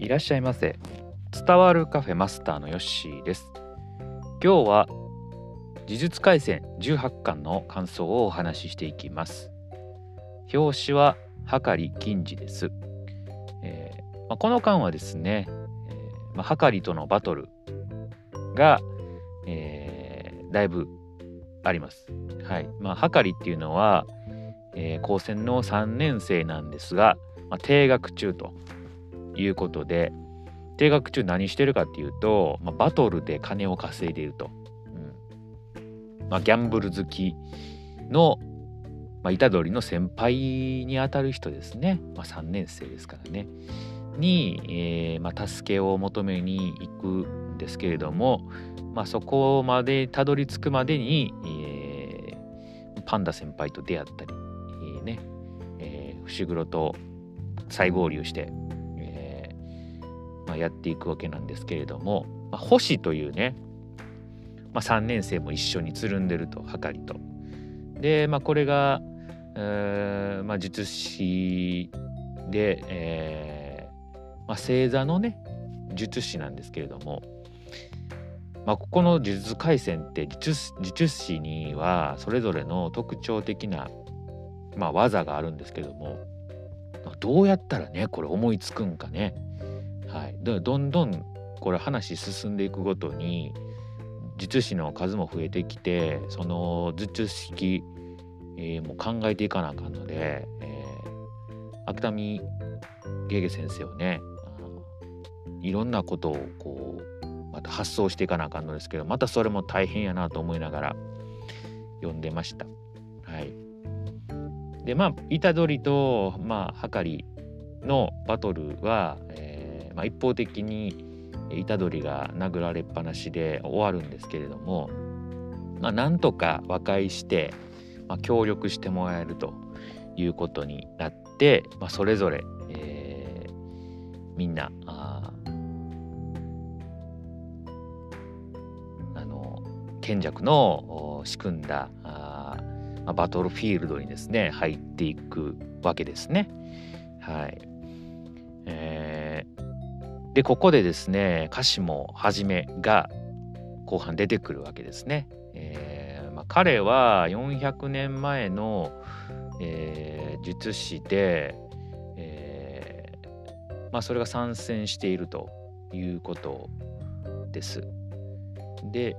らっしゃいませ。伝わるカフェマスターのヨッシーです。今日は呪術廻戦18巻の感想をお話ししていきます。表紙は筈金次です。この巻はですね、筈とのバトルが、だいぶあります。はい。筈っていうのは、高専の3年生なんですが、停学中ということで、停学中何してるかっていうと、バトルで金を稼いでいると、ギャンブル好きの、虎杖の先輩にあたる人ですね、3年生ですからねに、助けを求めに行くんですけれども、そこまでたどり着くまでに、パンダ先輩と出会ったり、伏黒と再合流して、やっていくわけなんですけれども、星というね、3年生も一緒につるんでると、筈と。で、これが、術師で、星座のね術師なんですけれども、ここの呪術廻戦って術師にはそれぞれの特徴的な、技があるんですけども、どうやったらねこれ思いつくんかね。はい、どんどんこれ話進んでいくごとに術師の数も増えてきて、その術式、も考えていかなあかんので、芥見ゲーゲ先生をね、いろんなことをこうまた発想していかなあかんのですけど、またそれも大変やなと思いながら読んでました。はい。で虎杖と筈のバトルは、一方的に虎杖が殴られっぱなしで終わるんですけれども、なんとか和解して、協力してもらえるということになって、それぞれ、みんな賢弱の仕組んだバトルフィールドにですね入っていくわけですね。はい。でここでですね鹿下一が後半出てくるわけですね。彼は400年前の、術師で、それが参戦しているということです。で、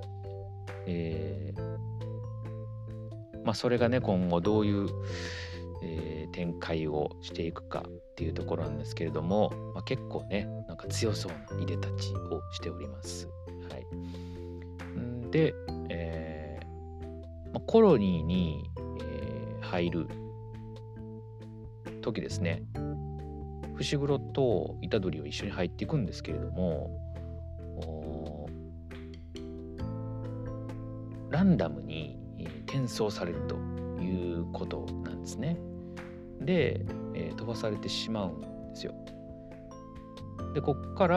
それがね今後どういう、展開をしていくかっていうところなんですけれども、結構ねなんか強そうないでたちをしております。はい。で、コロニーに、入る時ですね、伏黒と虎杖は一緒に入っていくんですけれども、ランダムに転送されるということなんですね。で、飛ばされてしまうんですよ。でこっから、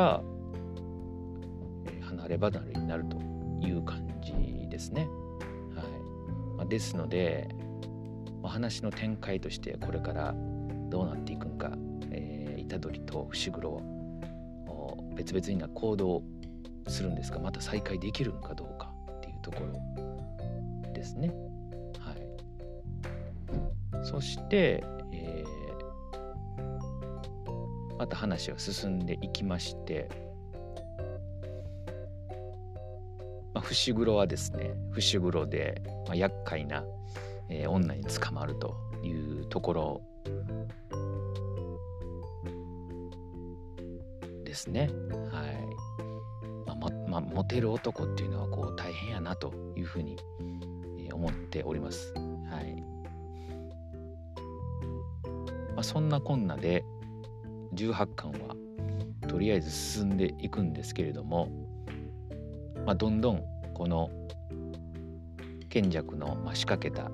離れ離れになるという感じですね。はい。ですので、話の展開としてこれからどうなっていくんか、虎杖と伏黒別々にな行動するんですが、また再会できるのかどうかっていうところですね。はい。そして、また話が進んでいきまして、伏黒はですね伏黒で、厄介な、女に捕まるというところですね。はい。モテる男っていうのはこう大変やなというふうに思っております。はい。そんなこんなで18巻はとりあえず進んでいくんですけれども、どんどんこの賢弱の仕掛けた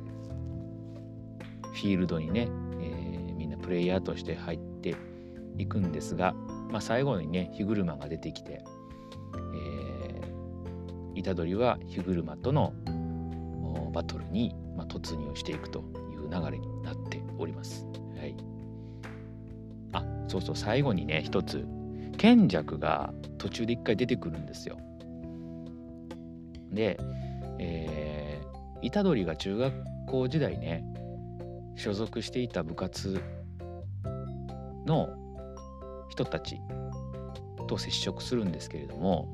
フィールドにね、みんなプレイヤーとして入っていくんですが、最後にね火車が出てきて、虎杖は火車とのバトルに、突入していくという流れになっております。はい。そう最後にね一つ賢弱が途中で一回出てくるんですよ。で、虎杖が中学校時代ね所属していた部活の人たちと接触するんですけれども、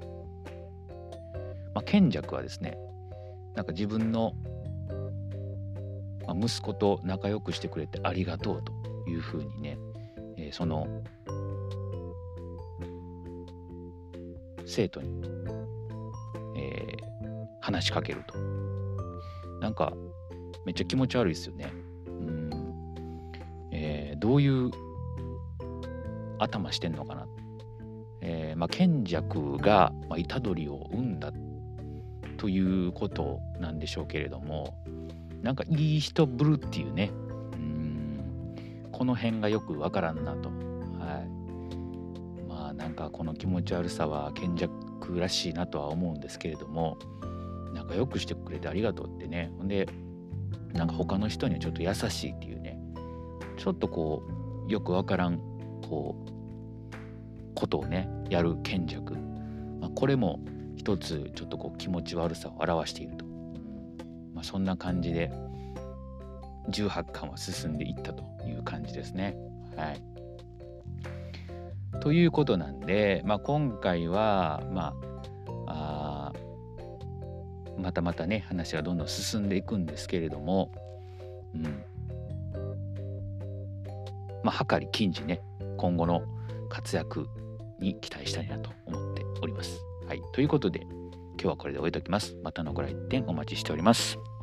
賢弱はですね、なんか自分の息子と仲良くしてくれてありがとうというふうにね、その生徒に、話しかけると。なんかめっちゃ気持ち悪いですよね。どういう頭してんのかな。賢弱が、虎杖を生んだということなんでしょうけれども、なんかいい人ぶるっていうね、この辺がよくわからんなと。なんかこの気持ち悪さは賢弱らしいなとは思うんですけれども、なんかよくしてくれてありがとうってね。ほんでなんか他の人にはちょっと優しいっていうね、ちょっとこうよくわからんことをねやる賢弱、これも一つちょっと気持ち悪さを表していると、そんな感じで18巻は進んでいったという感じですね。ということなんで、今回はまたまたね話がどんどん進んでいくんですけれども、はかり金次ね今後の活躍に期待したいなと思っております。ということで今日はこれで終えておきます。またのご来店お待ちしております。